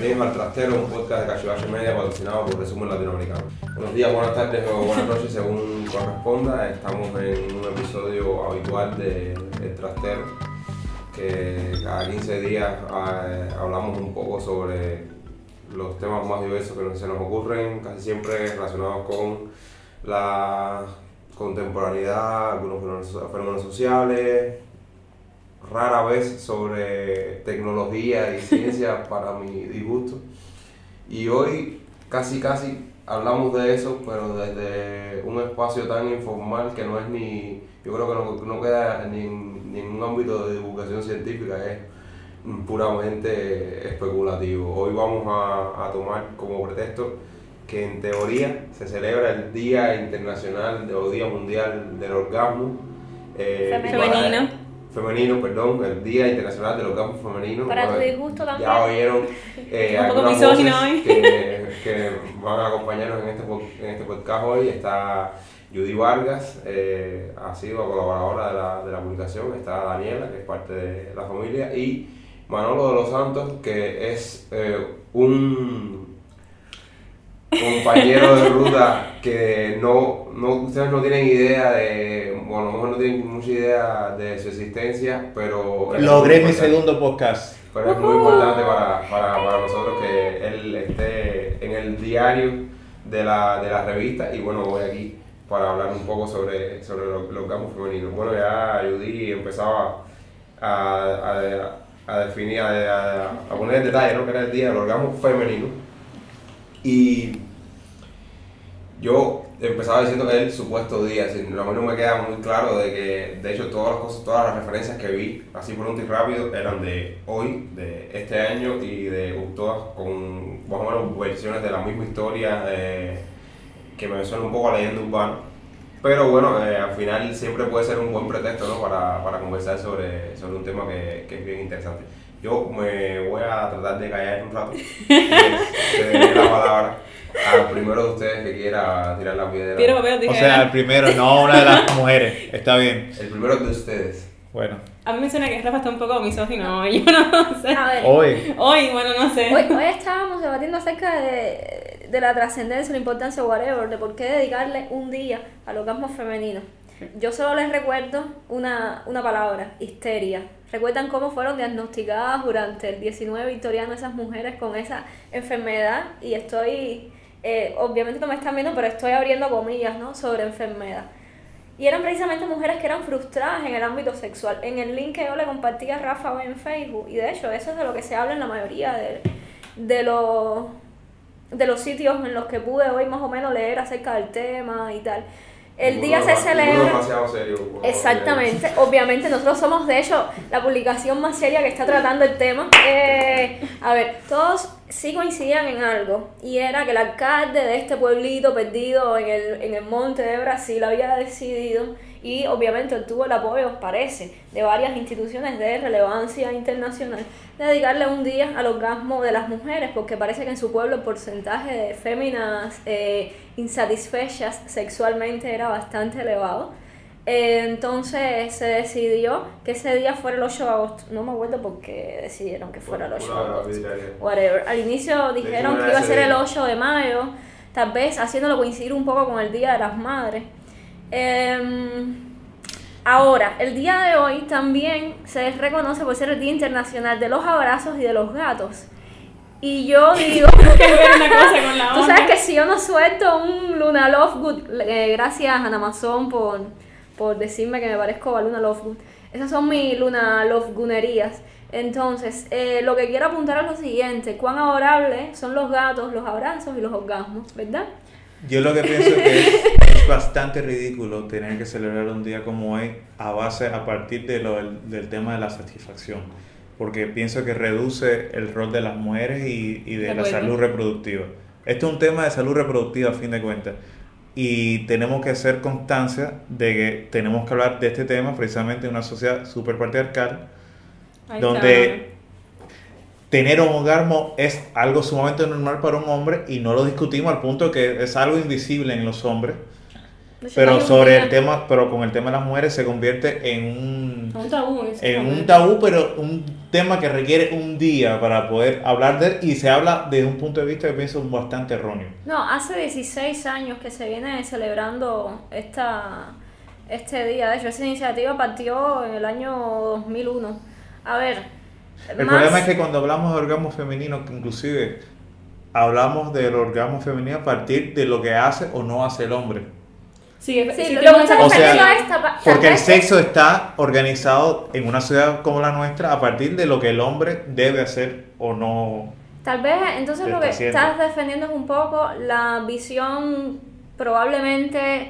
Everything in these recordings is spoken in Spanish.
bienvenidos al Trastero, un podcast de Cachivache Media patrocinado por Resumen Latinoamericano. Buenos días, buenas tardes o buenas noches según corresponda. Estamos en un episodio habitual de El Trastero, que cada 15 días hablamos un poco sobre los temas más diversos que se nos ocurren, casi siempre relacionados con la contemporaneidad, algunos fenómenos sociales, rara vez sobre tecnología y ciencia para mi disgusto. Y hoy casi hablamos de eso, pero desde un espacio tan informal que no es ni, yo creo que no queda ni en un ámbito de divulgación científica, es puramente especulativo. Hoy vamos a tomar como pretexto que en teoría se celebra el Día Internacional o Día Mundial del Orgasmo Femenino, el Día Internacional del Orgasmo Femenino. Para tu disgusto también. Ya oyeron algunas voces que van a acompañarnos en este podcast hoy. Está Judy Vargas, ha sido colaboradora de la publicación. Está Daniela, que es parte de la familia, y Manolo de los Santos, que es un compañero de ruta que ustedes no tienen idea a lo mejor no tienen mucha idea de su existencia, pero logré mi segundo podcast. Pero es muy importante para nosotros que él esté en el diario de la revista. Y bueno, voy aquí para hablar un poco sobre los orgasmos femeninos. Bueno, ya Judy empezaba a definir, a poner en detalle, ¿no?, que era el día del orgasmo femenino. Y yo empezaba diciendo que es el supuesto día, así, a mí no me queda muy claro de que, de hecho, todas las referencias que vi, así pronto y rápido, eran de hoy, de este año, y todas con más o menos versiones de la misma historia, que me suena un poco a leyenda urbana. Pero bueno, al final siempre puede ser un buen pretexto, ¿no?, para conversar sobre un tema que es bien interesante. Yo me voy a tratar de callar un rato y cederé la palabra al primero de ustedes que quiera tirar la piedra. O sea, el primero, no una de las mujeres. Está bien. El primero de ustedes. Bueno. A mí me suena que Rafa está un poco misógino, yo no sé. A ver. Hoy, bueno, no sé. Hoy estábamos debatiendo acerca de la trascendencia, la importancia, whatever, de por qué dedicarle un día al orgasmo femenino. Yo solo les recuerdo una palabra: histeria. ¿Recuerdan cómo fueron diagnosticadas durante el 19 victoriano esas mujeres con esa enfermedad? Y estoy, obviamente no me están viendo, pero estoy abriendo comillas, ¿no?, sobre enfermedad. Y eran precisamente mujeres que eran frustradas en el ámbito sexual. En el link que yo le compartí a Rafa hoy en Facebook, y de hecho eso es de lo que se habla en la mayoría de los sitios en los que pude hoy más o menos leer acerca del tema y tal. El día se celebra. Demasiado serio. Exactamente. Obviamente nosotros somos, de hecho, la publicación más seria que está tratando el tema. A ver, todos sí coincidían en algo, y era que el alcalde de este pueblito perdido en el monte de Brasil había decidido, y obviamente obtuvo el apoyo, parece, de varias instituciones de relevancia internacional, dedicarle un día al orgasmo de las mujeres, porque parece que en su pueblo el porcentaje de féminas insatisfechas sexualmente era bastante elevado. Entonces se decidió que ese día fuera el 8 de agosto. No me acuerdo por qué decidieron que fuera el 8 de agosto. Whatever. Al inicio dijeron que iba a ser el 8 de mayo, tal vez haciéndolo coincidir un poco con el Día de las Madres. Ahora, el día de hoy también se reconoce por ser el Día Internacional de los Abrazos y de los Gatos. Y yo digo que ver una cosa con la otra. Tú sabes que si yo no suelto un Luna Lovegood, gracias a Amazon por decirme que me parezco a Luna Lovegood. Esas son mis Luna Lovegoonerías. Entonces, lo que quiero apuntar es lo siguiente: cuán adorables son los gatos, los abrazos y los orgasmos, ¿verdad? Yo lo que pienso que es bastante ridículo tener que celebrar un día como hoy a partir del tema de la satisfacción, porque pienso que reduce el rol de las mujeres y de la salud reproductiva. Esto es un tema de salud reproductiva, a fin de cuentas, y tenemos que hacer constancia de que tenemos que hablar de este tema precisamente en una sociedad súper patriarcal, donde tener un orgasmo es algo sumamente normal para un hombre, y no lo discutimos al punto que es algo invisible en los hombres. Pero sobre el tema, pero con el tema de las mujeres se convierte en Un tabú. un tabú, pero un tema que requiere un día para poder hablar de él, y se habla desde un punto de vista que pienso bastante erróneo. No, hace 16 años que se viene celebrando este día. De hecho, esa iniciativa partió en el año 2001. A ver, El problema es que cuando hablamos de orgasmo femenino, que inclusive hablamos del orgasmo femenino a partir de lo que hace o no hace el hombre. Sí, lo que tenemos está O sea, refiriendo a esta Porque el sexo está organizado en una sociedad como la nuestra a partir de lo que el hombre debe hacer o no. Tal vez entonces lo que estás defendiendo es un poco la visión probablemente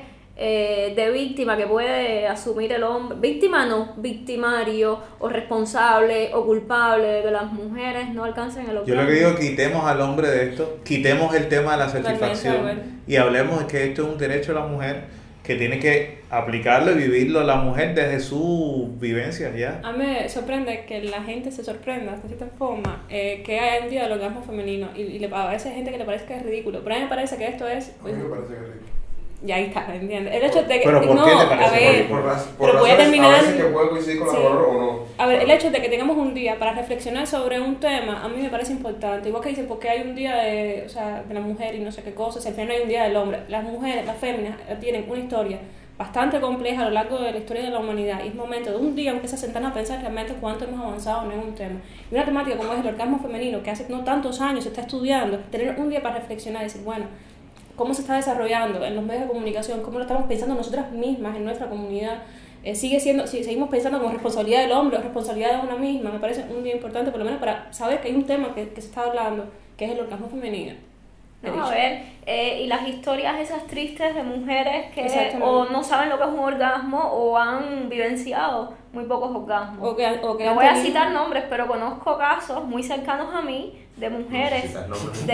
de víctima que puede asumir el hombre. Víctima no, victimario o responsable o culpable de que las mujeres no alcancen el Yo orgasmo. lo que digo, quitemos al hombre de esto, quitemos el tema de la satisfacción Totalmente. y hablemos de que esto es un derecho de la mujer que tiene que aplicarlo y vivirlo la mujer desde su vivencia ya. A mí me sorprende que la gente se sorprenda de cierta forma que hay un día del orgasmo femenino y a veces hay gente que le parece que es ridículo, pero a mí me parece que esto es... A mí me parece que es ridículo. Y ahí está, ¿me entiendes? El hecho de que... ¿Pero por no, qué te parece? a ver, Por pero voy a razones terminar... a veces que puede coincidir con Sí. la valor o no. A ver, el hecho de que tengamos un día para reflexionar sobre un tema, a mí me parece importante. Igual que dicen, porque hay un día de la mujer y no sé qué cosas, al final no hay un día del hombre. Las mujeres, las féminas, tienen una historia bastante compleja a lo largo de la historia de la humanidad. Y es momento de un día, aunque se sentan a pensar realmente cuánto hemos avanzado en un tema. Y una temática como es el orgasmo femenino, que hace no tantos años se está estudiando, tener un día para reflexionar y decir, bueno, cómo se está desarrollando en los medios de comunicación, cómo lo estamos pensando nosotras mismas en nuestra comunidad, sigue siendo, si seguimos pensando como responsabilidad del hombre o responsabilidad de una misma. Me parece un día importante, por lo menos para saber que hay un tema que se está hablando, que es el orgasmo femenino. No, a ver, y las historias esas tristes de mujeres que Exactamente. o no saben lo que es un orgasmo o han vivenciado muy pocos orgasmos. O que No han voy a tenido- citar nombres, pero conozco casos muy cercanos a mí de mujeres. Quizás nombres.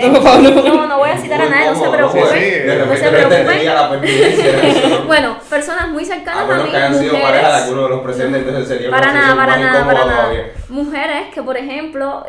No voy a citar a nadie, no se Muy preocupen. cómodo, Sí, sí, de no repente se no preocupen. entendería la pertinencia de eso, ¿no? Bueno, personas muy cercanas A a menos mí, que hayan sido pareja de mujeres. alguno de los presentes, entonces sería una Para nada, situación para más nada, incómoda para nada. todavía. Mujeres que, por ejemplo,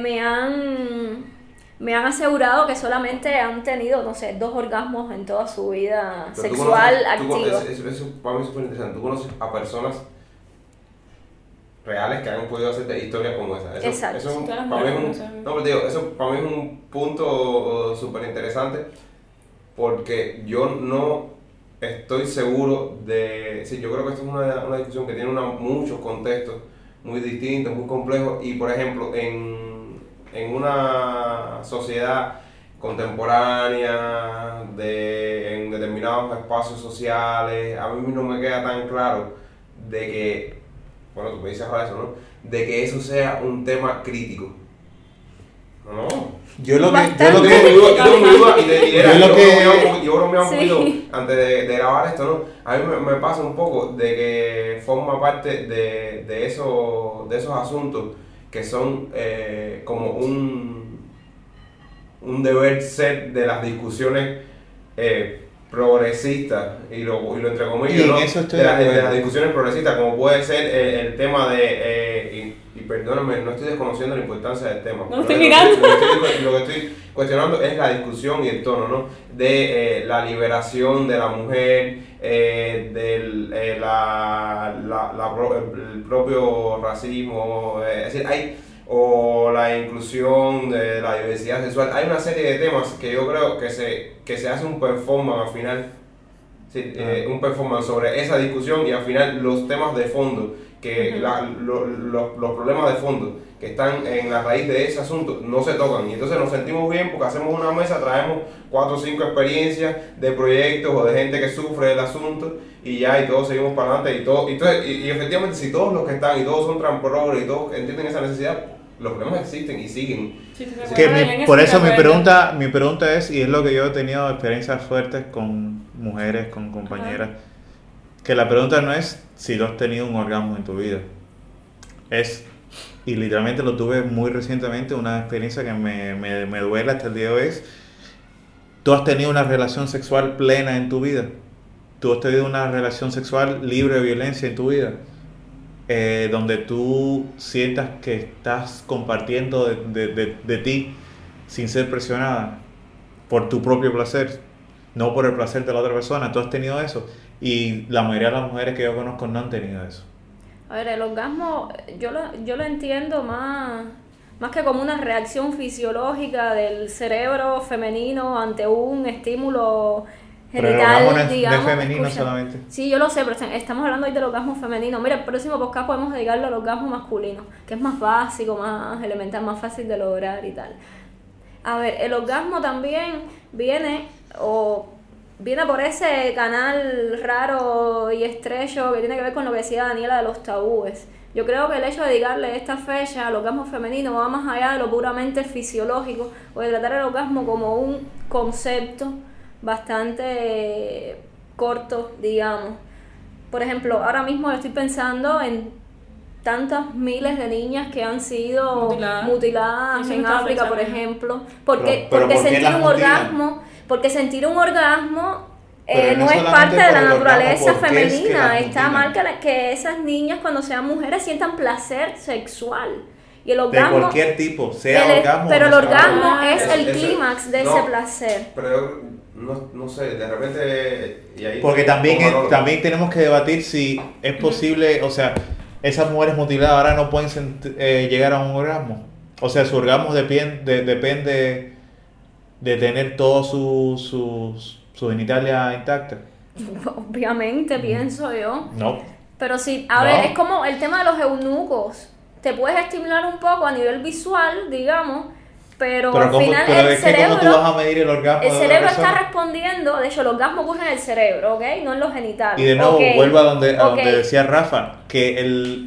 me han asegurado que solamente han tenido, no sé, 2 orgasmos en toda su vida Pero tú sexual conoces- activa. eso para mí es súper interesante. Tú conoces a personas reales que han podido hacerte historias como esa. Eso, Exacto. Eso es un- Todas las para mí es mujeres un, conocen. no, pero te digo, eso para mí es un punto súper interesante porque yo no estoy seguro de... Sí, yo creo que esto es una discusión que tiene muchos contextos muy distintos, muy complejos y, por ejemplo, en una sociedad contemporánea, en determinados espacios sociales, a mí no me queda tan claro de que, bueno, tú me dices ahora eso, ¿no? De que eso sea un tema crítico. No. Yo lo que Yo tengo mi duda yo bromeaba un Sí. poquito antes de grabar esto, ¿no? A mí me pasa un poco de que forma parte de esos asuntos que son como un deber ser de las discusiones progresistas y lo entre comillas, Y en ¿no? eso estoy de de las acuerdo. discusiones progresistas, como puede ser el tema de y perdóname, no estoy desconociendo la importancia del tema. No Pero estoy mirando. Lo que estoy cuestionando es la discusión y el tono, ¿no? De la liberación de la mujer, el propio racismo, es decir, o la inclusión de la diversidad sexual. Hay una serie de temas que yo creo que se hace un performance al final, sí, un performance sobre esa discusión y al final los temas de fondo, que los problemas de fondo que están en la raíz de ese asunto no se tocan y entonces nos sentimos bien porque hacemos una mesa, traemos 4 o 5 experiencias de proyectos o de gente que sufre del asunto y ya y todos seguimos para adelante y efectivamente si todos los que están y todos son transprogres y todos entienden esa necesidad, los problemas existen y siguen. Sí, por eso mi pregunta es, y es lo que yo he tenido experiencias fuertes con mujeres, con compañeras, que la pregunta no es si tú has tenido un orgasmo en tu vida, es, y literalmente lo tuve muy recientemente, una experiencia que me duele hasta el día de hoy, es, tú has tenido una relación sexual plena en tu vida, tú has tenido una relación sexual libre de violencia en tu vida, donde tú sientas que estás compartiendo de ti sin ser presionada por tu propio placer, no por el placer de la otra persona. Tú has tenido eso. y la mayoría de las mujeres que yo conozco no han tenido eso. A ver, el orgasmo yo lo entiendo más que como una reacción fisiológica del cerebro femenino ante un estímulo Pero el genital, orgasmo no es digamos. femenino Escucha. solamente. Sí, yo lo sé, pero estamos hablando hoy del orgasmo femenino. Mira, el próximo podcast podemos dedicarlo al orgasmo masculino, que es más básico, más elemental, más fácil de lograr y tal. A ver, el orgasmo también viene por ese canal raro y estrecho que tiene que ver con lo que decía Daniela de los tabúes. Yo creo que el hecho de dedicarle esta fecha al orgasmo femenino va más allá de lo puramente fisiológico, o de tratar el orgasmo como un concepto bastante corto, digamos. Por ejemplo, ahora mismo estoy pensando en tantas miles de niñas que han sido mutiladas en África, por ejemplo, porque ¿por qué sentir las un mutilan? orgasmo, porque sentir un orgasmo Pero no no es solamente parte de la por el naturaleza orgasmo, ¿por qué es que femenina. las Está mutilan? mal que esas niñas, cuando sean mujeres, sientan placer sexual. Y el De orgasmo, cualquier tipo, sea orgasmo pero o el no sea orgasmo orgasmo. es el Eso- clímax de no. ese placer. Pero no sé, de repente... Y ahí Porque también, como Manolo. también tenemos que debatir si es posible, o sea, esas mujeres mutiladas ahora no pueden llegar a un orgasmo. O sea, su orgasmo depende de tener todos sus genitalia intacta. Obviamente, pienso yo. No. Pero sí, No. ver, es como el tema de los eunucos. Te puedes estimular un poco a nivel visual, digamos, pero al final el es que ¿cómo tú cerebro, vas a medir el orgasmo el de otra cerebro persona? está respondiendo. De hecho, el orgasmo ocurre en el cerebro, ¿ok? No en los genitales. Y de nuevo, Ok, vuelvo a donde ok. decía Rafa, que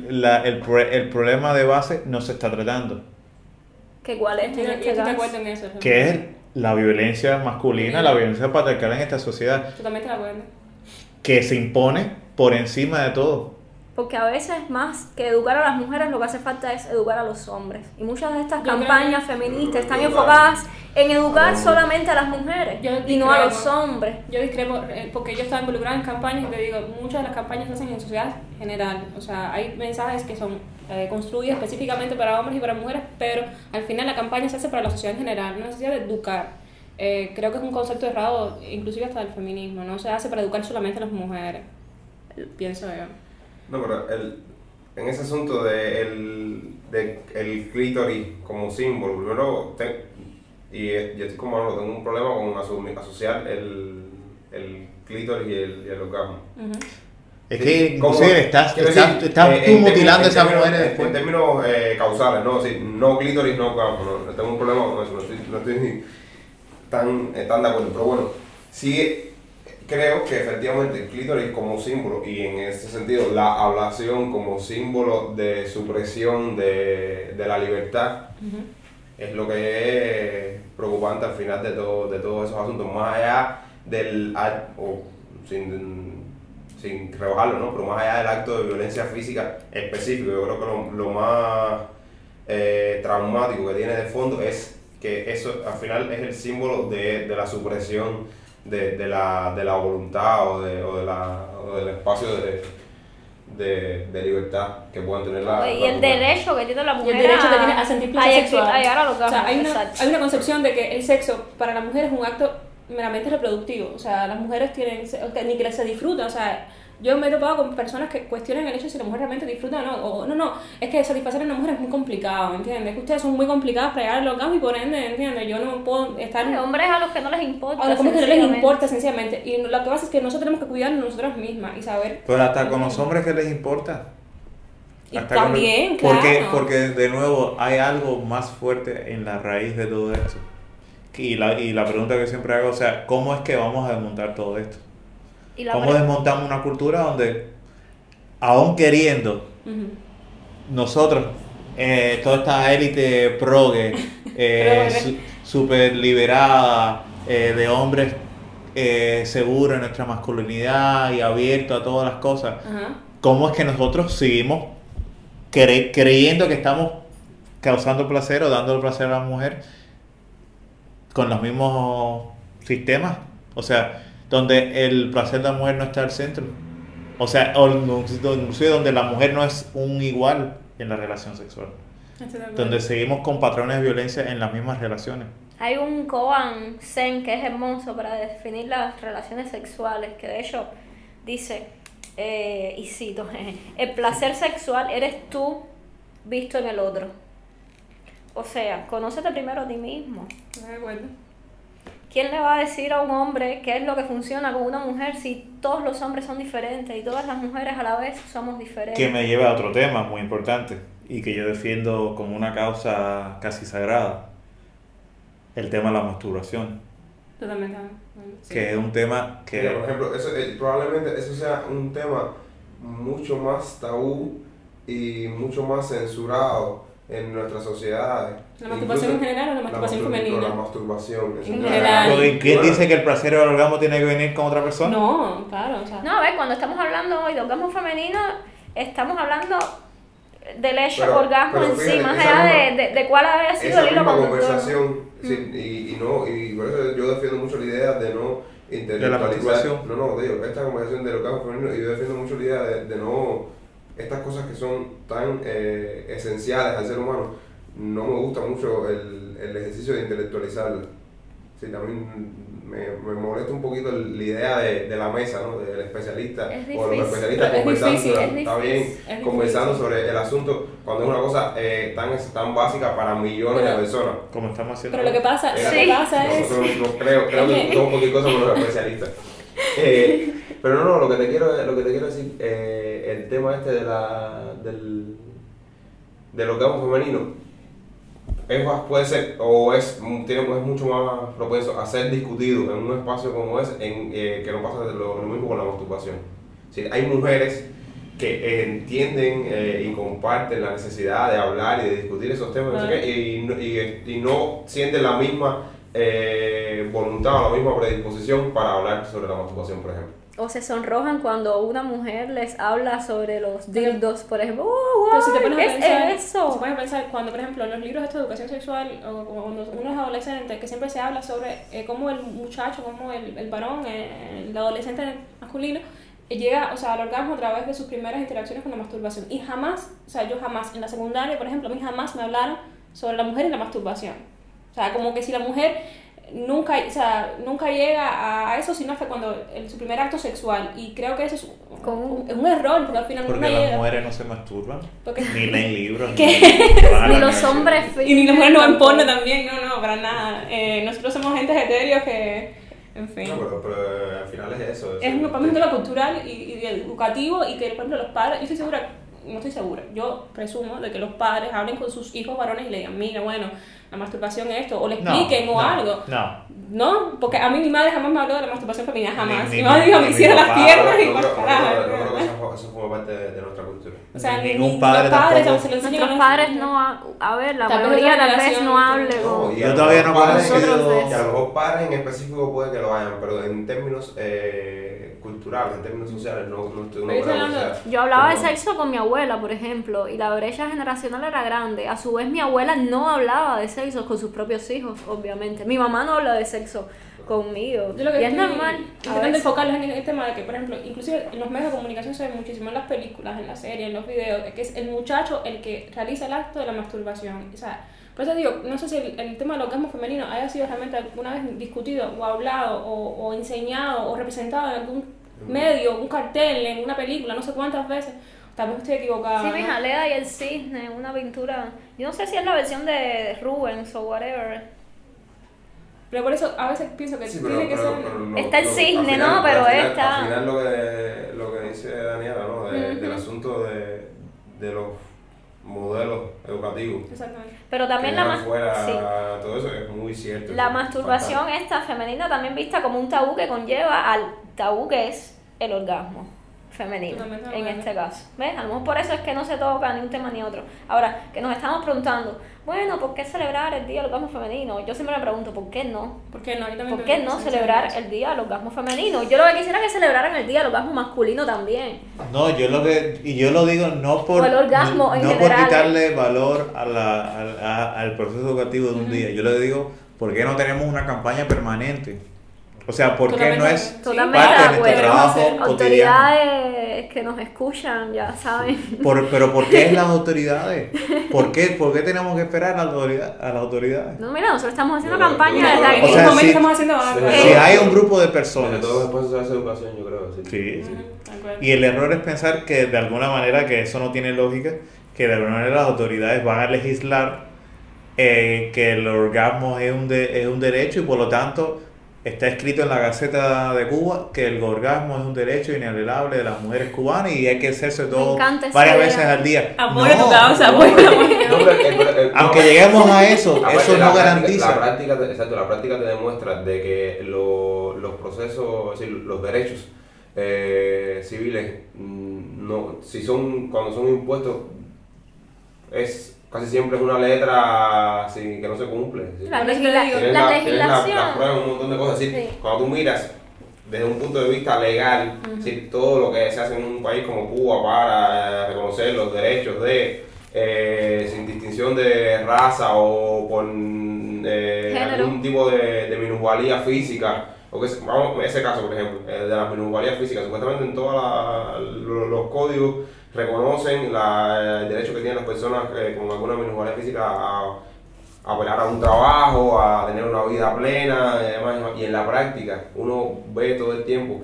el problema de base no se está tratando, ¿Que cuál es en Yo este estoy de caso? acuerdo en eso. que es la violencia masculina, la violencia patriarcal en esta sociedad, Totalmente de acuerdo. que se impone por encima de todo. Porque a veces más que educar a las mujeres, lo que hace falta es educar a los hombres. Y muchas de estas Yo creo campañas feministas están enfocadas en educar solamente a las mujeres Yo y no a los discrepo. hombres. Yo discrepo porque yo estaba involucrada en campañas y te digo, muchas de las campañas se hacen en sociedad general. O sea, hay mensajes que son construidos específicamente para hombres y para mujeres, pero al final la campaña se hace para la sociedad en general, una necesidad de educar. Creo que es un concepto errado, inclusive hasta del feminismo. No se hace para educar solamente a las mujeres, pienso yo. No, pero en ese asunto de el clítoris como símbolo, primero, yo estoy como no, tengo un problema con asociar el clítoris y el orgasmo. Ujú. Es que Sí, como- inclusive estás quiero tú en mutilando a esas términos- mujeres En después. términos causales, ¿no? Sí, no clítoris, no orgasmo, no tengo un problema con eso, no estoy tan de acuerdo, pero bueno, sí creo que efectivamente el clítoris como símbolo, y en ese sentido la ablación como símbolo de supresión de la libertad, es lo que es preocupante al final de todos esos asuntos, más allá del acto, sin rebajarlo, ¿no? Pero más allá del acto de violencia física específico, yo creo que lo más traumático que tiene de fondo es que eso al final es el símbolo de la supresión de la voluntad o del espacio de libertad que puedan tener la Y el mujer. derecho que tiene la Y mujer el derecho que tiene a sentir placer sexual. a llegar a los O sea, orgasmos. hay una concepción de que el sexo para la mujer es un acto meramente reproductivo. O sea, las mujeres ni que se disfruta. O sea, yo me he topado con personas que cuestionan el hecho de si la mujer realmente disfruta o no. O no, es que satisfacer a una mujer es muy complicado, ¿entiendes? Que ustedes son muy complicadas para llegar al orgasmo y por ende, ¿entiendes? Yo no puedo estar... Hay hombres a los que no les importa. A los hombres que no les sencillamente. importa, sencillamente. Y lo que pasa es que nosotros tenemos que cuidarnos nosotras mismas y saber... Pero hasta con los hombres que les importa. Y Hasta con también, porque, claro. porque de nuevo hay algo más fuerte en la raíz de todo esto. Y la pregunta que siempre hago, o sea, ¿cómo es que vamos a desmontar todo esto? Y la ¿Cómo desmontamos una cultura donde, aún queriendo, Ujú. nosotros, toda esta élite progre, super liberada, de hombres seguros en nuestra masculinidad y abiertos a todas las cosas, Ajá. ¿cómo es que nosotros seguimos creyendo que estamos causando placer o dando placer a la mujer con los mismos sistemas? O sea, donde el placer de la mujer no está al centro. O sea, inclusive donde la mujer no es un igual en la relación sexual. Estoy de acuerdo. Donde seguimos con patrones de violencia en las mismas relaciones. Hay un koan zen que es hermoso para definir las relaciones sexuales, que de hecho dice, y cito, el placer sexual eres tú visto en el otro. O sea, conócete primero a ti mismo. ¿Estás de acuerdo? ¿Quién le va a decir a un hombre qué es lo que funciona con una mujer si todos los hombres son diferentes y todas las mujeres a la vez somos diferentes? Que me lleva a otro tema muy importante y que yo defiendo como una causa casi sagrada, el tema de la masturbación, Totalmente. Bueno, sí. que es un tema que... Mira, por ejemplo, eso, probablemente eso sea un tema mucho más tabú y mucho más censurado en nuestras sociedades. ¿La masturbación en general o la masturbación femenina? La masturbación En general. ¿Quién dice que el placer o el orgasmo tiene que venir con otra persona? No, claro, o sea. No, a ver, cuando estamos hablando hoy de orgasmo femenino, estamos hablando del hecho Pero orgasmo en sí, fíjate, más esa allá misma- de cuál haya sido el hilo misma conductor. conversación, sí, y por eso yo defiendo mucho la idea de no intelectualizar. masturbación. No, digo, esta conversación del orgasmo femenino, y yo defiendo mucho la idea de no, estas cosas que son tan esenciales al ser humano, no me gusta mucho el ejercicio de intelectualizarla. Sí, también me molesta un poquito la idea de la mesa, ¿no? Del especialista Es o los difícil. especialistas Es conversando, difícil, es está bien, difícil. conversando sobre el asunto cuando es una cosa tan básica para millones de personas. Como estamos haciendo. Pero lo que pasa, Sí. lo que pasa es. Nosotros no creo que somos cualquier cosa con los especialistas. Pero no, lo que te quiero decir, el tema este del orgasmo femenino, puede ser, o es mucho más propenso a ser discutido en un espacio como ese, que no pasa lo mismo con la masturbación. Sí, hay mujeres que entienden y comparten la necesidad de hablar y de discutir esos temas, no sé qué, y no sienten la misma voluntad o la misma predisposición para hablar sobre la masturbación, por ejemplo. O se sonrojan cuando una mujer les habla sobre los dildos, por ejemplo. Pero si te pones ¿Qué a pensar, es eso? si pones a pensar cuando, por ejemplo, en los libros de educación sexual o cuando uno es adolescente, que siempre se habla sobre cómo el muchacho, cómo el varón, el adolescente masculino, llega, o sea, al orgasmo a través de sus primeras interacciones con la masturbación. Y jamás, o sea, yo jamás, en la secundaria, por ejemplo, a mí jamás me hablaron sobre la mujer y la masturbación. O sea, como que si la mujer nunca llega a eso, sino hasta cuando su primer acto sexual. Y creo que eso es un error, porque al final Porque nunca las llega. mujeres no se masturban, Porque- ni leen libros, Ni los hombres Y ni las mujeres no ven porno también, no, para nada. Nosotros somos gente etéreos que, en fin. No, pero al final es eso. Es un campamento cultural y educativo, y que, por ejemplo, los padres, no estoy segura, yo presumo de que los padres hablen con sus hijos varones y le digan, mira, bueno, la masturbación es esto, o le expliquen algo. No, porque a mí mi madre jamás me habló de la masturbación femenina, jamás. Mi madre dijo, me hiciera las piernas y más carajo. Yo creo que eso forma parte de nuestra cultura. O sea, Ningún los padre padres tampoco. se lo enseñan Nuestros padres no, a ver, la Tal vez mayoría otra tal vez generación, no hable No, con... y Yo a todavía lo no mejor conozco. Nosotros y a lo mejor padres en específico puede que lo hayan, pero en términos culturales, en términos sociales, no estoy Pero yo estoy hablando- Yo hablaba de como- sexo con mi abuela, por ejemplo, y la brecha generacional era grande. A su vez, mi abuela no hablaba de sexo con sus propios hijos, obviamente. Mi mamá no habla de sexo conmigo. Yo lo que Y es estoy normal. a intentando veces. enfocarlos en el tema de que, por ejemplo, inclusive en los medios de comunicación se ve muchísimo, en las películas, en las series, en los videos, de que es el muchacho el que realiza el acto de la masturbación. O sea, por eso digo, no sé si el tema del orgasmo femenino haya sido realmente alguna vez discutido o hablado o enseñado o representado en algún medio, un cartel, en una película, no sé cuántas veces. Tal vez estoy equivocada. Sí, ¿no? mija, Leda y el cisne, una pintura. Yo no sé si es la versión de Rubens o whatever. Pero por eso a veces pienso que Sí, tiene que ser... Está el cisne, al final- ¿no? Pero al final- está- Al final lo que dice Daniela, ¿no? Del asunto de los modelos educativos. Exactamente. Pero también que la dejan fuera sí. todo eso es muy cierto. La es masturbación fatal. esta femenina también vista como un tabú que conlleva al tabú que es el orgasmo femenino, Totalmente de en acuerdo. este caso. ¿Ves? A lo mejor por eso es que no se toca ni un tema ni otro. Ahora, que nos estamos preguntando, bueno, ¿por qué celebrar el Día del Orgasmo Femenino? Yo siempre me pregunto, ¿por qué no? ¿Por qué no? Yo también ¿Por qué no pienso celebrar eso. el Día del Orgasmo Femenino? Yo lo que quisiera es que celebraran el Día del Orgasmo Masculino también. No, yo lo digo no por, O el orgasmo en no por general. quitarle valor al proceso educativo de un día. Yo le digo, ¿por qué no tenemos una campaña permanente? O sea, ¿por qué no es Totalmente parte de de nuestro acuerdo. trabajo cotidiano? Autoridades que nos escuchan, ya saben. Pero ¿por qué las autoridades? ¿Por qué tenemos que esperar a las autoridades? No, mira, nosotros estamos haciendo Yo- campaña yo- desde yo- aquí. En O este sea, momento sí. estamos haciendo algo. Sí. Si hay un grupo de Sobre personas... todo después de esa educación, yo creo. Sí. Sí. acuerdo. Y el error es pensar que de alguna manera, que eso no tiene lógica, que de alguna manera las autoridades van a legislar que el orgasmo es un derecho y por lo tanto está escrito en la Gaceta de Cuba que el orgasmo es un derecho inalienable de las mujeres cubanas y hay que hacerse todo varias veces al día. Apoyo tu causa, apoyo la mujer. Aunque lleguemos a eso, aparte, eso no garantiza. La práctica te demuestra de que los procesos, es decir, los derechos civiles, cuando son impuestos, casi siempre es una letra que no se cumple. ¿Sí? La legislación. La prueba, un montón de cosas. ¿Sí? Sí. Cuando tú miras desde un punto de vista legal, ¿sí? Todo lo que se hace en un país como Cuba para reconocer los derechos sin distinción de raza o por algún tipo de minusvalía física. Vamos, ese caso, por ejemplo, de las minusvalías físicas, supuestamente en todos los códigos reconocen el derecho que tienen las personas con alguna minusvalía física a apelar a un trabajo, a tener una vida plena, y en la práctica uno ve todo el tiempo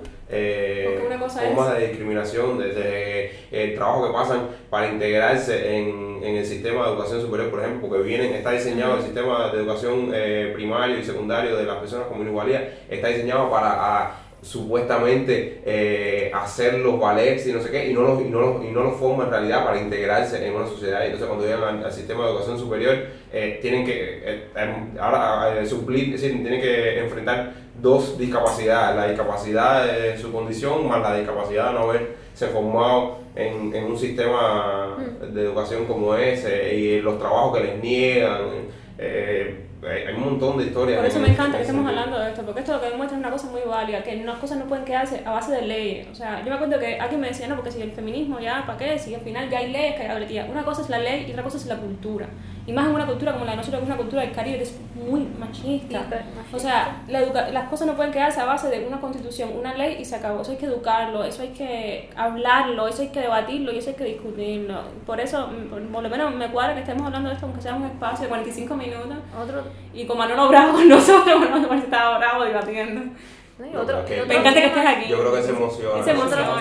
formas de discriminación, desde el trabajo que pasan para integrarse en el sistema de educación superior, por ejemplo, porque está diseñado el sistema de educación primario y secundario de las personas con minusvalía, está diseñado para supuestamente hacerlos valer y no sé qué, y no los forma en realidad para integrarse en una sociedad. Entonces cuando llegan al sistema de educación superior tienen que suplir, es decir, tienen que enfrentar dos discapacidades: la discapacidad de su condición más la discapacidad de no haberse formado en un sistema de educación como ese, y los trabajos que les niegan. Hay un montón de historias. Por eso me encanta que estemos hablando de esto, porque esto lo que demuestra es una cosa muy válida, que las cosas no pueden quedarse a base de leyes. O sea, yo me acuerdo que alguien me decía, no, porque si el feminismo ya, ¿para qué? Si al final ya hay leyes que hay. Una cosa es la ley y otra cosa es la cultura. Y más en una cultura como la de nosotros, que es una cultura del Caribe, que es muy machista. O sea, las cosas no pueden quedarse a base de una constitución, una ley y se acabó. Eso hay que educarlo, eso hay que hablarlo, eso hay que debatirlo y eso hay que discutirlo. Por eso, por lo menos me cuadra que estemos hablando de esto, aunque sea un espacio de 45 minutos. Y con Manolo Bravo, nosotros, Manolo estaba bravo debatiendo. Me encanta que estés aquí. Yo creo que se emociona. Yo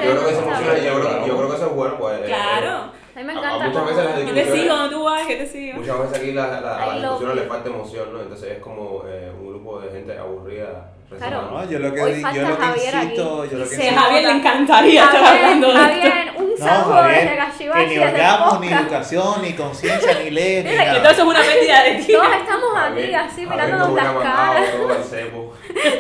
creo que eso es bueno, pues. Claro. A mí me encanta. Muchas veces las ¿Qué te sigo? ¿Dónde tú vas? ¿Qué te sigo? Muchas veces aquí a las discusiones le falta emoción, ¿no? Entonces es como un grupo de gente aburrida. Claro. No, yo lo que insisto. A Javier le encantaría estar hablando de esto. Javier, un saludo desde Cachivache. Que ni orgasmo, ni educación, ni conciencia, ni leyes, ni nada. Que todo eso es una pérdida de tiempo. Todos estamos aquí así mirándonos las caras. Todo el cepo.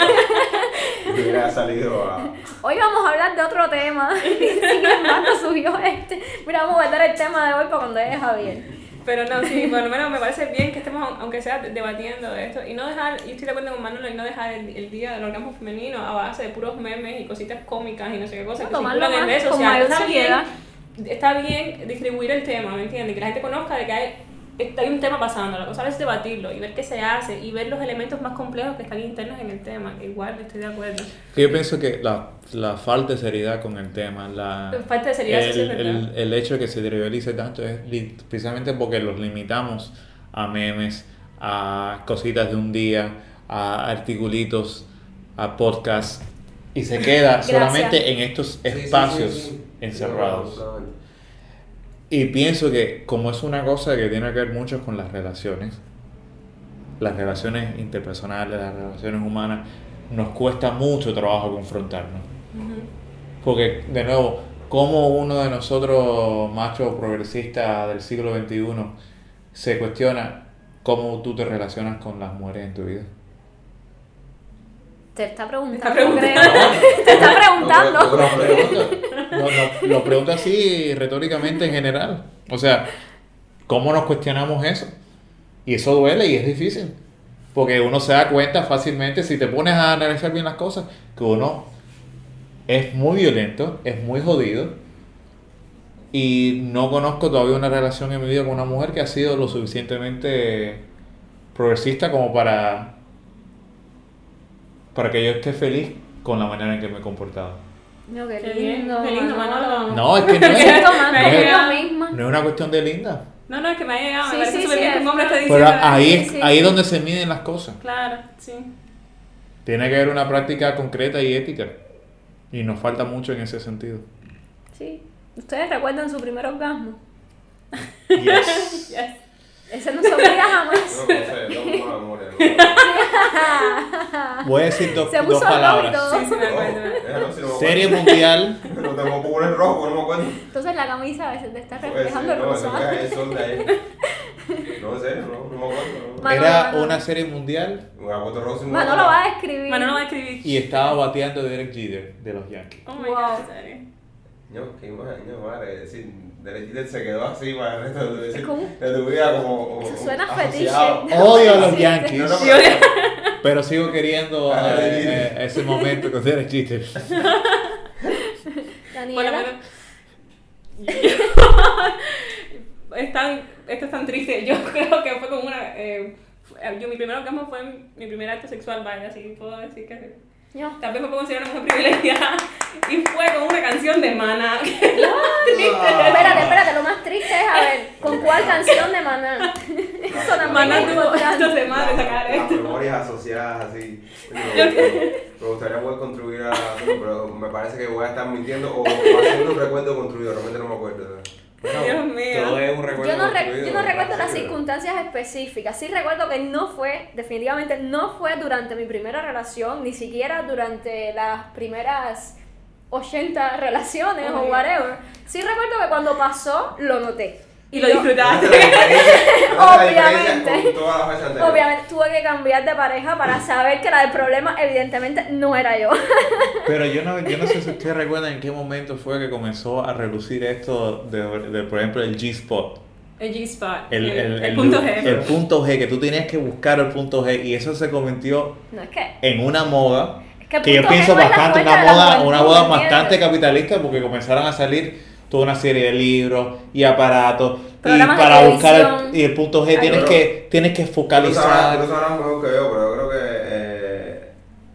Hubiera salido a... Hoy vamos a hablar de otro tema. Sin embargo subió Mira, vamos a guardar el tema de hoy para cuando llegue Javier. Pero no, sí, por lo menos me parece bien que estemos, aunque sea debatiendo de esto, y no dejar, y estoy de acuerdo con Manolo, y no dejar el día del orgasmo femenino a base de puros memes y cositas cómicas y no sé qué cosas que circulan en redes sociales. Está bien distribuir el tema, ¿me entiendes? Y que la gente conozca de que hay un tema pasando, la cosa es debatirlo y ver qué se hace y ver los elementos más complejos que están internos en el tema, que igual estoy de acuerdo. Yo pienso que la falta de seriedad con el tema, falta de seriedad, sí, es verdad. El hecho de que se trivialice tanto es precisamente porque los limitamos a memes, a cositas de un día, a articulitos, a podcasts, y se queda solamente en estos espacios encerrados. Y pienso que como es una cosa que tiene que ver mucho con las relaciones interpersonales, las relaciones humanas, nos cuesta mucho trabajo confrontarnos. Porque, de nuevo, como uno de nosotros, machos progresistas del siglo XXI, se cuestiona cómo tú te relacionas con las mujeres en tu vida. Te está preguntando. Te está preguntando. Lo pregunto así retóricamente en general. O sea, ¿cómo nos cuestionamos eso? Y eso duele y es difícil. Porque uno se da cuenta fácilmente, si te pones a analizar bien las cosas, que uno es muy violento, es muy jodido. Y no conozco todavía una relación en mi vida con una mujer que ha sido lo suficientemente progresista como para que yo esté feliz con la manera en que me he comportado. No, qué lindo, Manolo. No, es que no es una cuestión de linda. No, es que me ha llegado, Sí, me parece sí, súper sí, bien que un hombre esté Pero diciendo. ahí es donde se miden las cosas. Claro, sí. Tiene que haber una práctica concreta y ética. Y nos falta mucho en ese sentido. Sí. ¿Ustedes recuerdan su primer orgasmo? Yes. Yes. Ese no se olvida jamás. No sé, tengo mala memoria. Voy a decir dos Se puso rojo y palabras. todo. Sí, sí, me acuerdo. Serie mundial. No tengo que poner rojo, porque no me acuerdo. Entonces la camisa a veces te está Pues, reflejando el no, eso rosado. es el sol de ahí. No, en serio, no me acuerdo. Manolo, Era Manolo. una serie mundial Me acuerdo rojo sin Manolo va a describir. Manolo va a escribir. y estaba bateando Derek Jeter de los Yankees. Oh my Wow. god, en serio. No, qué imagen, no, madre. Es decir, Derek Jeter se quedó así para el resto de ¿Cómo? tu vida como Eso suena fetiche. asociado. Odio a los Sí. Yankees, No, no, Yo- pero sigo queriendo ese momento con Derek Jeter. Daniela. Bueno, esto es tan triste. Yo creo que fue como una. Mi primer orgasmo fue mi primer acto sexual, vaya, así puedo decir que. Yo. Tal vez me puedo considerar una mujer privilegiada. Y fue con una canción de Maná. Que es lo más triste. Espérate, lo más triste es a ver, ¿con cuál canción de Maná? Eso también Maná es tuvo importante. 2 semanas de sacar Las esto. memorias asociadas así. Me gustaría poder construir a pero me parece que voy a estar mintiendo o haciendo un recuerdo construido, realmente no me acuerdo. Dios mío. Todo es un recuerdo Yo no construido. recuerdo las Sí, circunstancias específicas. Sí recuerdo que definitivamente no fue durante mi primera relación, ni siquiera durante las primeras 80 relaciones Oh, o whatever. Sí recuerdo que cuando pasó, lo noté. Y lo yo- disfrutaste. Obviamente. Con todas las veces anteriores. Obviamente tuve que cambiar de pareja para saber que la del problema evidentemente no era yo. Pero yo no sé si ustedes recuerdan en qué momento fue que comenzó a relucir esto de por ejemplo, el G-Spot. El G-Spot. El punto G. El punto G, que tú tenías que buscar el punto G y eso se convirtió No es que... en una moda que el que yo punto G pienso no es la bastante, fuente de la juventud, una moda ¿entiendes? bastante capitalista porque comenzaron a salir toda una serie de libros y aparatos y Programas de para buscar televisión. y el punto G Ay, tienes que Tú lo focalizar. sabrás mejor que yo, pero yo creo que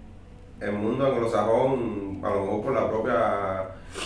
el mundo anglosajón, a lo mejor por la propia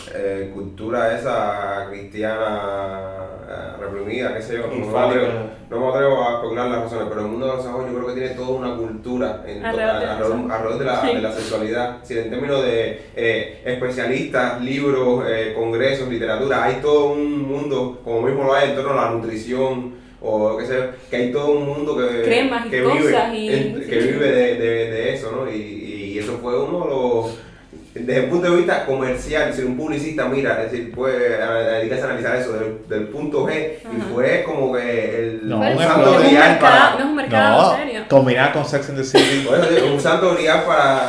cultura esa cristiana reprimida, qué sé yo, no me atrevo a especular las razones, pero el mundo anglosajón yo creo que tiene toda una cultura alrededor de la sexualidad. Si en términos de especialistas, libros, congresos, literatura, hay todo un mundo, como mismo lo hay en torno a la nutrición, o qué sé yo, que hay todo un mundo que, Cremas y que cosas que vive de eso, ¿no? Y eso fue uno de los, desde el punto de vista comercial, si un publicista mira, es decir, puede dedicarse a analizar eso del punto G, y fue como que No, un un santo mercado. grial No es un mercado, en serio. No, combinado con Sex and the City. por eso digo, un santo grial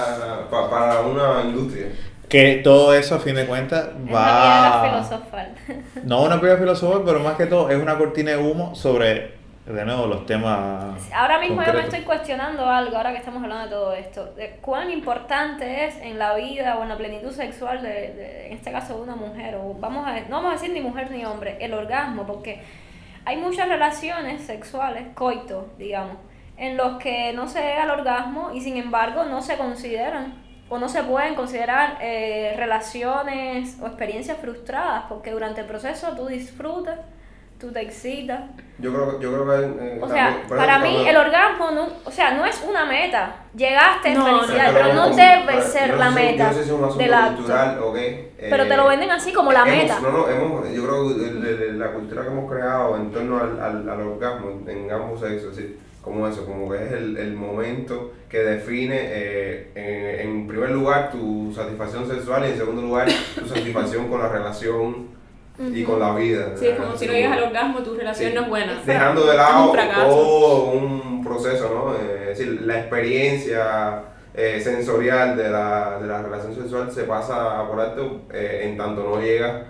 para una industria. Que todo eso, a fin de cuentas, Es una piedra va... filosofal. No una piedra filosofal, pero más que todo es una cortina de humo sobre, de nuevo, los temas Ahora mismo yo me concretos. estoy cuestionando algo, ahora que estamos hablando de todo esto, de cuán importante es en la vida o en la plenitud sexual en este caso de una mujer, o no vamos a decir ni mujer ni hombre, el orgasmo, porque hay muchas relaciones sexuales, coito, digamos, en los que no se llega al orgasmo y sin embargo no se consideran o no se pueden considerar relaciones o experiencias frustradas, porque durante el proceso tú disfrutas, tú te excitas. Yo creo que O sea, para mí el orgasmo no es una meta. Llegaste en No, felicidad, pero no debe ser la meta no sé si es un asunto del acto. cultural, Pero te lo venden así como la meta. Yo creo que la cultura que hemos creado en torno al orgasmo en ambos sexos, es decir, como eso, como que es el momento que define en primer lugar tu satisfacción sexual y en segundo lugar tu satisfacción con la relación y con la vida. Sí, es como si no llegas al orgasmo, tu relación no es buena. Dejando de Es lado un fracaso. todo un proceso, ¿no? Es decir, la experiencia sensorial de la relación sexual se pasa por alto en tanto no llega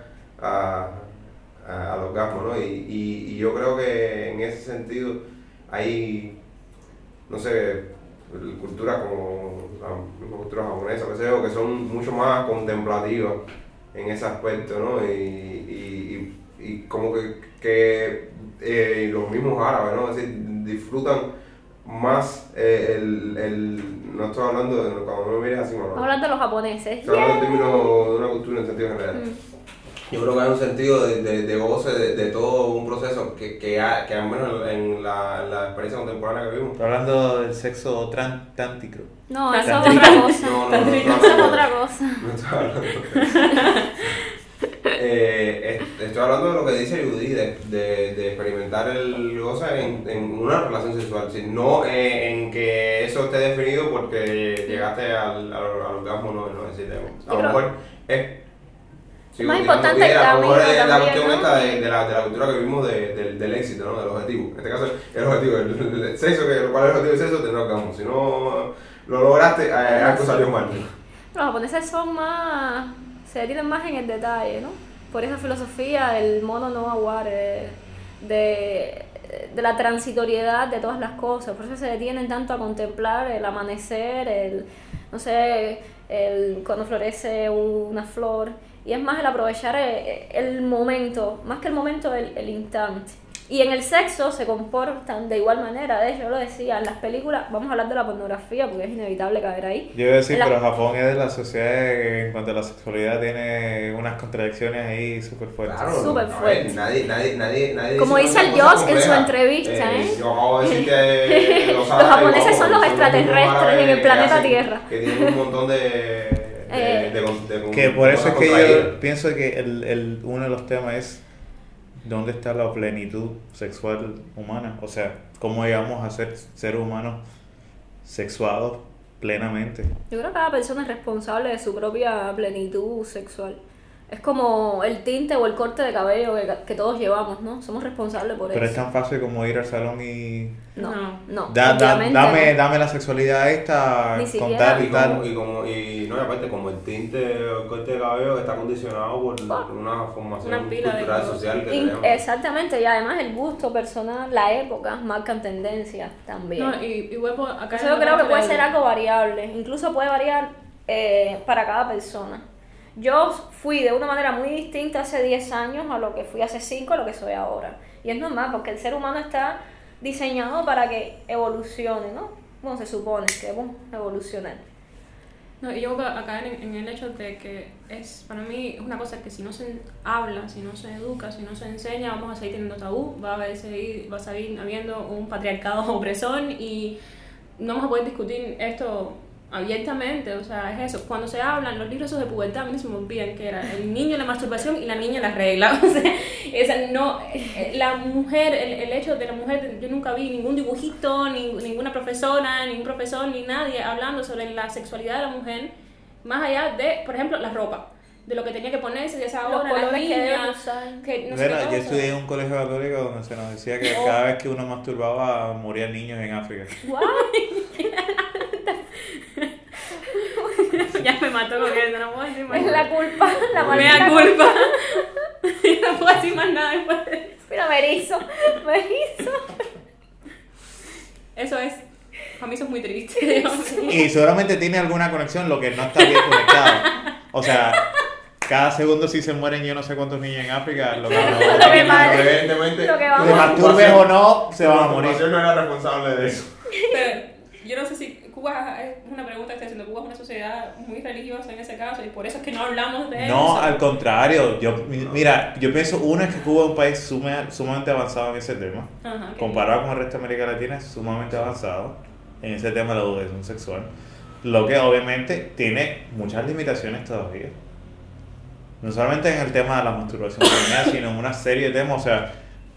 al orgasmo, ¿no? Y yo creo que en ese sentido hay, no sé, culturas como la misma cultura japonesa, qué sé yo, que son mucho más contemplativas en ese aspecto, ¿no? Y como que los mismos árabes, ¿no? Es decir, disfrutan más no estoy hablando de, cuando me mires así, Vamos a hablar de los japoneses. estoy hablando en términos de una cultura en sentido general. Yo creo que hay un sentido de goce de todo un proceso que al menos en la experiencia contemporánea que vivimos. Estoy hablando del sexo tántico. No, eso es Tantrico. otra cosa. No, Eso es otra cosa. No estoy hablando de eso. estoy hablando de lo que dice Judy, de experimentar el goce en una relación sexual, no en que eso esté definido porque llegaste al orgasmo, no es decir, a lo mejor es más importante el camino la también, cuestión ¿no? esta de la cultura que vivimos del éxito, ¿no? Del objetivo. En este caso, el objetivo, el sexo, ¿cuál es el objetivo del sexo? Tener orgasmo. Si no lo lograste, algo salió mal. Los japoneses se tienen más en el detalle, ¿no? Por esa filosofía del mono no aguare, de la transitoriedad de todas las cosas. Por eso se detienen tanto a contemplar el amanecer, cuando florece una flor. Y es más el aprovechar el momento, más que el momento, el instante. Y en el sexo se comportan de igual manera. De hecho, yo lo decía, en las películas, vamos a hablar de la pornografía porque es inevitable caer ahí. Yo iba a decir, pero Japón es de la sociedad que en cuanto a la sexualidad tiene unas contradicciones ahí súper fuertes. Claro, súper fuertes. Nadie como dice el Joss en su entrevista, yo acabo de decir que los japoneses son los extraterrestres en el planeta Tierra. Que tienen un montón de que por eso es que yo pienso que uno de los temas es ¿dónde está la plenitud sexual humana? O sea, ¿cómo llegamos a ser seres humanos sexuados plenamente? Yo creo que cada persona es responsable de su propia plenitud sexual. Es como el tinte o el corte de cabello que todos llevamos, ¿no? Somos responsables por eso. Pero es tan fácil como ir al salón y... No. Dame la sexualidad esta, Ni con siquiera. tal y tal. Y aparte, como el tinte o el corte de cabello está condicionado por una formación cultural, social que tenemos. Exactamente, y además el gusto personal, la época, marcan tendencias también. No, y huevo, acá eso yo creo que puede ser algo variable, incluso puede variar para cada persona. Yo fui de una manera muy distinta hace 10 años a lo que fui hace 5, a lo que soy ahora. Y es normal, porque el ser humano está diseñado para que evolucione, ¿no? Bueno, se supone que debemos evolucionar. No, y yo acá en el hecho de que para mí es una cosa que si no se habla, si no se educa, si no se enseña, vamos a seguir teniendo tabú, va a seguir habiendo un patriarcado opresor y no vamos a poder discutir esto abiertamente. O sea, es eso. Cuando se hablan los libros esos de pubertad, a mí no se me olvidan que era el niño en la masturbación y la niña en la regla. O sea, no, la mujer, el hecho de la mujer, yo nunca vi ningún dibujito, ninguna profesora, ningún profesor, ni nadie hablando sobre la sexualidad de la mujer, más allá de, por ejemplo, la ropa, de lo que tenía que ponerse, de esa hora, las niñas, que no sé qué cosa. Yo estudié en un colegio católico donde se nos decía que cada vez que uno masturbaba morían niños en África. ¡Wow! Ya me mató con eso, no puedo decir más Es nada. la culpa, la Me maldita da culpa. No puedo decir más nada después de eso. Mira, me erizo. Eso es, a mí eso es muy triste. Y seguramente tiene alguna conexión, lo que no está bien conectado. O sea, cada segundo si se mueren yo no sé cuántos niños en África, lo que Evidentemente, lo que vamos te masturbes o no, se van a morir. La no era responsable de eso. Pero yo no sé si Cuba es una pregunta que estoy haciendo. Cuba es una sociedad muy religiosa en ese caso y por eso es que no hablamos de eso. No, al contrario. Mira, yo pienso, uno es que Cuba es un país sumamente avanzado en ese tema. Ajá, Comparado con el resto de América Latina, es sumamente avanzado en ese tema de la educación sexual. Lo que obviamente tiene muchas limitaciones todavía. No solamente en el tema de la masturbación femenina, sino en una serie de temas. O sea,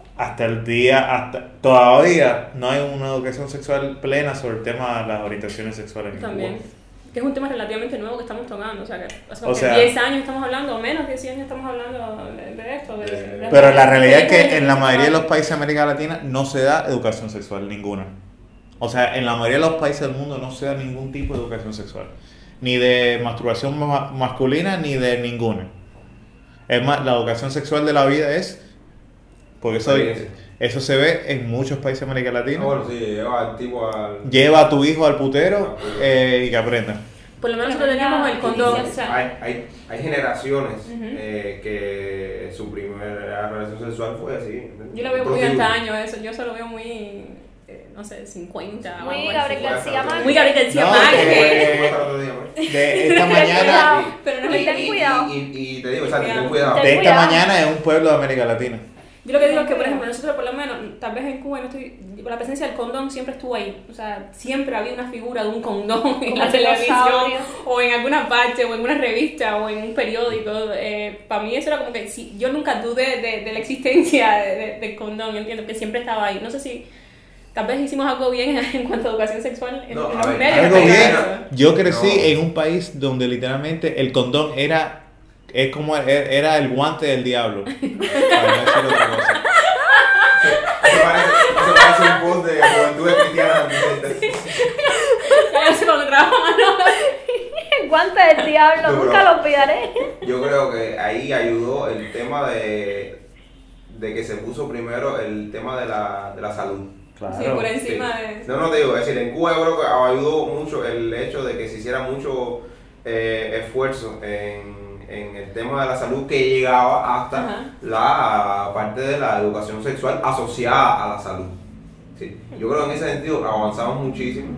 todavía no hay una educación sexual plena sobre el tema de las orientaciones sexuales en también. Cuba. Que es un tema relativamente nuevo que estamos tocando. O sea, que hace O sea, 10 años estamos hablando, o menos de 10 años estamos hablando de esto. Pero la realidad es que en la mayoría de los países de América Latina no se da educación sexual ninguna. O sea, en la mayoría de los países del mundo no se da ningún tipo de educación sexual. Ni de masturbación masculina, ni de ninguna. Es más, la educación sexual de la vida es... Porque eso se ve en muchos países de América Latina. Bueno, sí, lleva al tipo al... Lleva a tu hijo al putero y que aprenda. Por lo menos nosotros tenemos el condón. O sea, hay generaciones que su primera relación sexual fue así. yo lo veo muy antaño eso. Yo solo veo muy... no sé, 50 Muy o algo Gabriel así. García Márquez. Muy Gabriel García No, Márquez. De esta mañana... Pero no Ten cuidado. Y te digo, exacto, ten cuidado. De esta mañana es un pueblo de América Latina. Yo lo que digo es que, por ejemplo, nosotros por lo menos, tal vez en Cuba, la presencia del condón siempre estuvo ahí. O sea, siempre había una figura de un condón en la televisión, o en alguna parte, o en una revista, o en un periódico. Para mí eso era como que, yo nunca dudé de la existencia del condón, entiendo, que siempre estaba ahí. No sé si tal vez hicimos algo bien en cuanto a educación sexual en los medios. Algo bien. Yo crecí en un país donde literalmente el condón era el guante del diablo. Para no decir otra cosa. Eso parece un post de Juventudes Cristianas. Ya sé cuando trabajo, ¿no? El guante del diablo, nunca lo olvidaré. Yo creo que ahí ayudó el tema de que se puso primero el tema de la salud. Claro. Sí, por encima de... No te digo, es decir, en Cuba yo creo que ayudó mucho el hecho de que se hiciera mucho esfuerzo en el tema de la salud que llegaba hasta la parte de la educación sexual asociada a la salud. Sí. Yo creo que en ese sentido avanzamos muchísimo.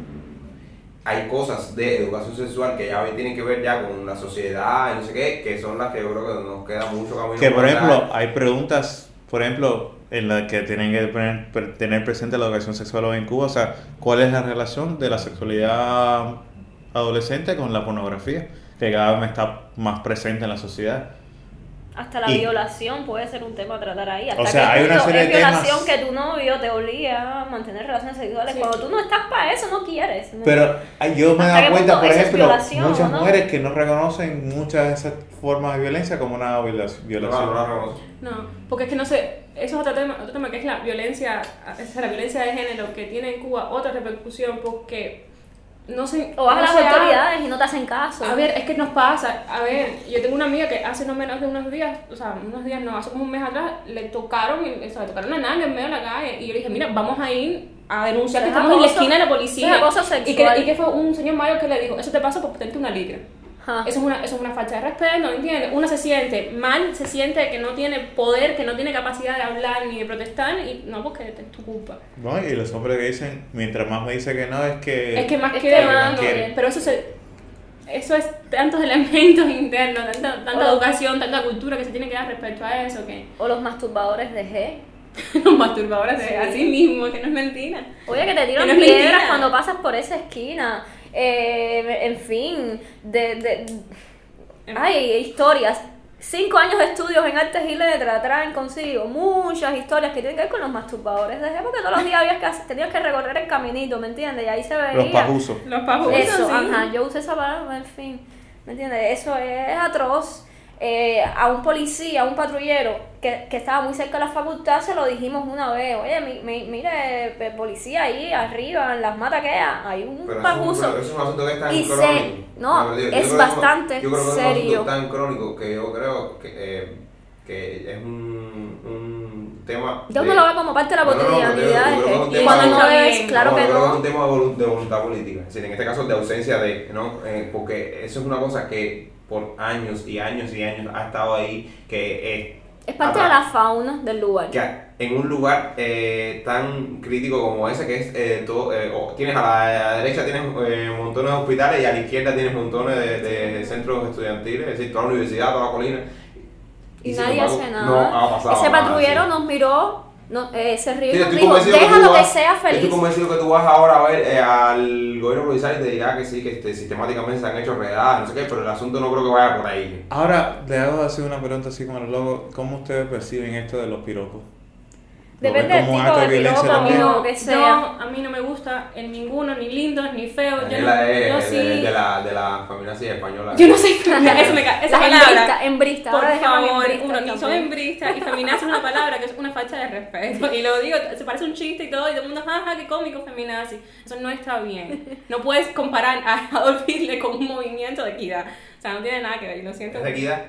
Hay cosas de educación sexual que ya tienen que ver ya con la sociedad y no sé qué, que son las que yo creo que nos queda mucho camino. Que por ejemplo, hay preguntas, por ejemplo, en las que tienen que tener presente la educación sexual hoy en Cuba. O sea, ¿cuál es la relación de la sexualidad adolescente con la pornografía? Que cada vez está más presente en la sociedad. Hasta la violación puede ser un tema a tratar ahí. Hasta o sea, hay una serie de violación temas que tu novio te obliga a mantener relaciones sexuales. Sí. Cuando tú no estás para eso, no quieres. ¿no? Pero yo me he dado cuenta, por ejemplo, muchas ¿no? mujeres que no reconocen muchas de esas formas de violencia como una violación. No, porque es que no sé, eso es otro tema que es la violencia de género que tiene en Cuba otra repercusión porque... No sé, o vas a las autoridades y no te hacen caso. A ver, es que nos pasa. A ver, yo tengo una amiga que hace no menos de unos días, hace como un mes atrás, le tocaron a nadie en medio de la calle. Y yo le dije, mira, vamos a ir a denunciar que estamos en la esquina de la policía. Y que fue un señor mayor que le dijo, eso te pasa por ponerte una licra. Eso es una falta de respeto, ¿entiendes? Uno se siente mal, se siente que no tiene poder, que no tiene capacidad de hablar ni de protestar, y no, porque es tu culpa. No, y los hombres que dicen, mientras más me dice que no, es que más quiere. Pero eso es tantos elementos internos, tanta educación, tanta cultura que se tiene que dar respecto a eso. O los masturbadores de G. Los masturbadores de G, así mismo, que no es mentira. Oye, que te tiran piedras cuando pasas por esa esquina. En fin, hay historias. 5 años de estudios en artes y letras traen consigo muchas historias que tienen que ver con los masturbadores de G, porque todos los días tenías que recorrer el caminito, ¿me entiendes? Y ahí se veía. Los pajusos. Eso, sí. Yo usé esa palabra, en fin, ¿me entiendes? Eso es atroz. A un policía, a un patrullero que estaba muy cerca de la facultad, se lo dijimos una vez, oye, mire, policía ahí arriba, en las matas que hay un pajuso. Pero es un asunto que es tan crónico. Es bastante serio. Yo creo que es un asunto tan crónico que yo creo que es un tema... Yo no lo veo como parte de la cotidianidad. Y cuando no debes, claro que no. Yo creo que es un tema de voluntad política, es decir, en este caso de ausencia de, ¿no? Porque eso es una cosa que por años y años y años ha estado ahí, que es parte de la fauna del lugar. Que en un lugar tan crítico como ese, que es tienes a la derecha tienes montones de hospitales y a la izquierda tienes montones de centros estudiantiles, es decir, toda la universidad, toda la colina. Y nadie hace nada. No ha pasado ese patrullero nada, nos miró. Se rió y nos dijo, déjalo que sea feliz. Estoy convencido que tú vas ahora a ver al gobierno provincial y te dirá que sí, que sistemáticamente se han hecho redadas, no sé qué, pero el asunto no creo que vaya por ahí. Ahora, le hago así una pregunta así como los locos, ¿cómo ustedes perciben esto de los piropos? Depende del tipo de piropo, amigo, que sea. A mí no me gusta en ninguno, ni lindo, ni feo. De la feminacia española. Yo no soy feminacia, eso me cae. Esa palabra. Hembrista, por favor, ni son hembristas. Y feminacia es una palabra que es una falta de respeto. Y lo digo, se parece un chiste y todo, y todo el mundo, jaja, qué cómico feminazi. Eso no está bien. No puedes comparar a Adolf Hitler con un movimiento de equidad. O sea, no tiene nada que ver, lo siento. ¿Es de equidad?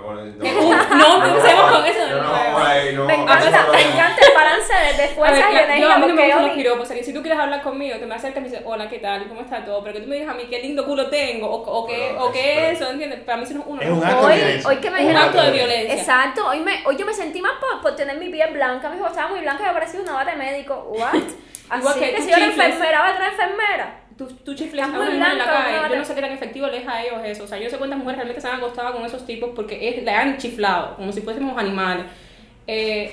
No, empecemos con eso. Me encanta el balance de fuerzas y energía. A mí no me gustan los piropos. Si tú quieres hablar conmigo, te me acercas y me dices, hola, ¿qué tal? ¿Cómo está todo? Pero que tú me digas a mí qué lindo culo tengo, o qué eso, ¿entiendes? Para mí eso no es uno. Es un acto de violencia. Hoy que me dijeron, un acto de violencia. Exacto. Hoy yo me sentí mal por tener mi piel blanca. Me dijo, estaba muy blanca y me parecía una bata de médico. What? Así que si yo era enfermera, va a traer enfermera. Tú chifles a una mujer en la calle. Yo no sé qué tan efectivo les a ellos eso. O sea, yo no sé cuántas mujeres realmente se han acostado con esos tipos porque le han chiflado, como si fuésemos animales.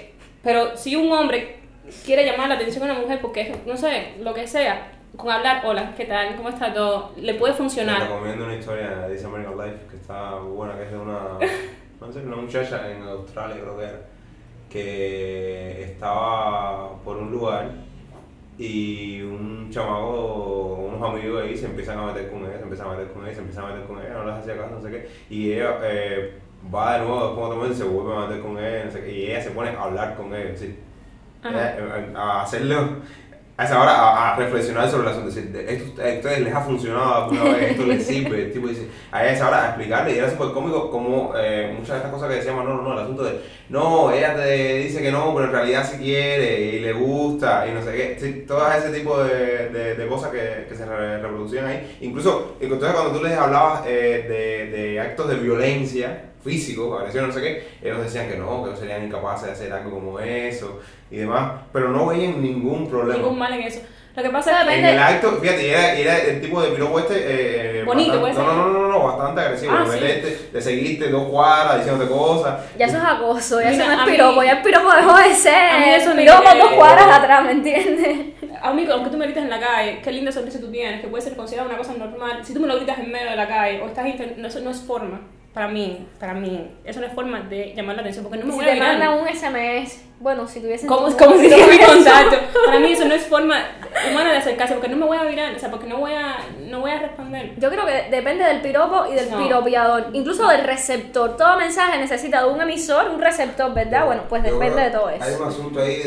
Pero si un hombre quiere llamar la atención a una mujer porque, no sé, lo que sea, con hablar, hola, ¿qué tal? ¿Cómo está todo? Le puede funcionar. Te recomiendo una historia de This American Life que está muy buena, que es de una muchacha en Australia, creo que era, que estaba por un lugar y un chamaco, unos amigos ahí se empiezan a meter con ella, no les hacía caso, no sé qué, y ella va de nuevo después de momento y se vuelve a meter con ella, no sé qué, y ella se pone a hablar con él, ¿sí? A hacerlo, a esa hora a reflexionar sobre el asunto, decir, esto a ustedes les ha funcionado alguna vez, esto les sirve, el tipo dice, a esa hora a explicarle, y era súper cómico como muchas de estas cosas que decíamos, no, el asunto de, no, ella te dice que no, pero en realidad sí quiere y le gusta y no sé qué, sí, todo ese tipo de cosas que se reproducían ahí, incluso entonces cuando tú les hablabas de actos de violencia físico, agresión, no sé qué, ellos decían que no serían incapaces de hacer algo como eso y demás, pero no veían ningún problema. Ningún mal en eso. Lo que pasa es que en el acto, fíjate, era el tipo de piropo bonito, bastante, puede ser. No, bastante agresivo, de seguirte 2 cuadras diciéndote cosas. Ya eso es acoso, ya Mira, eso no a es mí- piropo, ya el piropo dejó de ser. A mí eso me- piropo 2 cuadras atrás, ¿me entiendes? A mí, aunque tú me grites en la calle, qué linda sonrisa tú tienes, que puede ser considerada una cosa normal. Si tú me lo gritas en medio de la calle o estás eso no es forma. Para mí, eso no es forma de llamar la atención, porque no me Si voy a te virar. mandan un SMS, bueno, si tuviesen Como tu si número, tuviera mi contacto. Para mí eso no es forma humana de acercarse, porque no me voy a virar, o sea, porque no voy a responder. Yo creo que depende del piropo y del No. piropeador, incluso del receptor. Todo mensaje necesita de un emisor, un receptor, ¿verdad? Bueno, pues Yo depende creo de todo Hay eso. un asunto ahí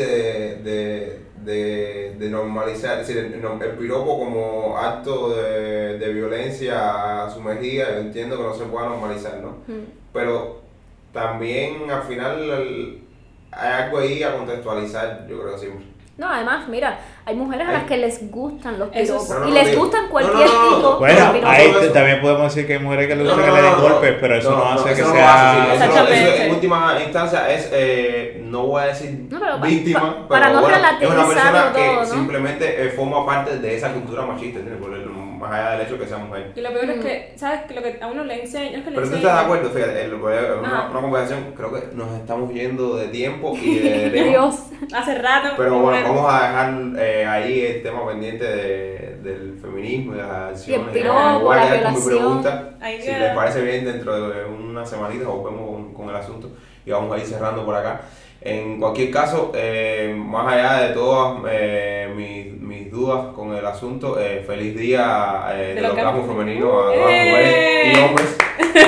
de normalizar, es decir, el piropo como acto de violencia sumergida, yo entiendo que no se pueda normalizar, ¿no? Pero también al final hay algo ahí a contextualizar, yo creo siempre. No, además, mira, hay mujeres a las que les gustan los Eso piropos. sí. No, Y no, les digo- gustan cualquier no, tipo de Bueno, piropo. ahí eso. también podemos decir que hay mujeres que les gusta No, que le den golpes, pero eso no hace que eso no lo sea... hace, sí, eso Exactamente. en última instancia es, no voy a decir No, pero víctima, para pero no bueno, es una persona relativizarlo que todo, ¿no? simplemente forma parte de esa cultura machista, ¿entiendes? Más allá del hecho que sea mujer. Y lo peor es que, ¿sabes? Que lo que a uno le enseña, es que le Pero tú enseñan. estás de acuerdo, fíjate, en Ajá. una conversación, creo que nos estamos yendo de tiempo y de tema. Dios. Hace rato. Pero bueno, vamos a dejar ahí el tema pendiente del feminismo y de las acciones. piropo, Voy a la quedar con mi violación. pregunta. Ahí Si queda. les parece bien, dentro de una semanita volvemos con el asunto y vamos a ir cerrando por acá. En cualquier caso, más allá de todas mis dudas con el asunto, feliz día del los orgasmo campos. femenino a todas las mujeres y hombres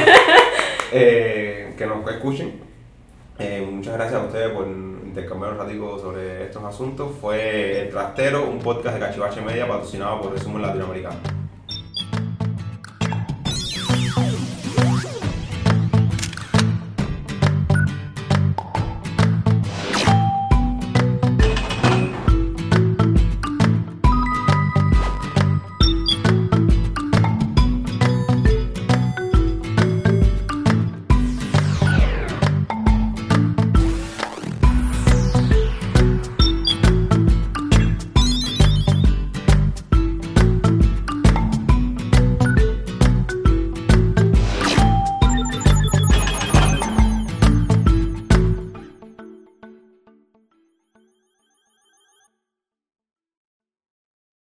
que nos escuchen. Muchas gracias a ustedes por intercambiar un ratico sobre estos asuntos. Fue El Trastero, un podcast de Cachivache Media patrocinado por Resumen Latinoamericano.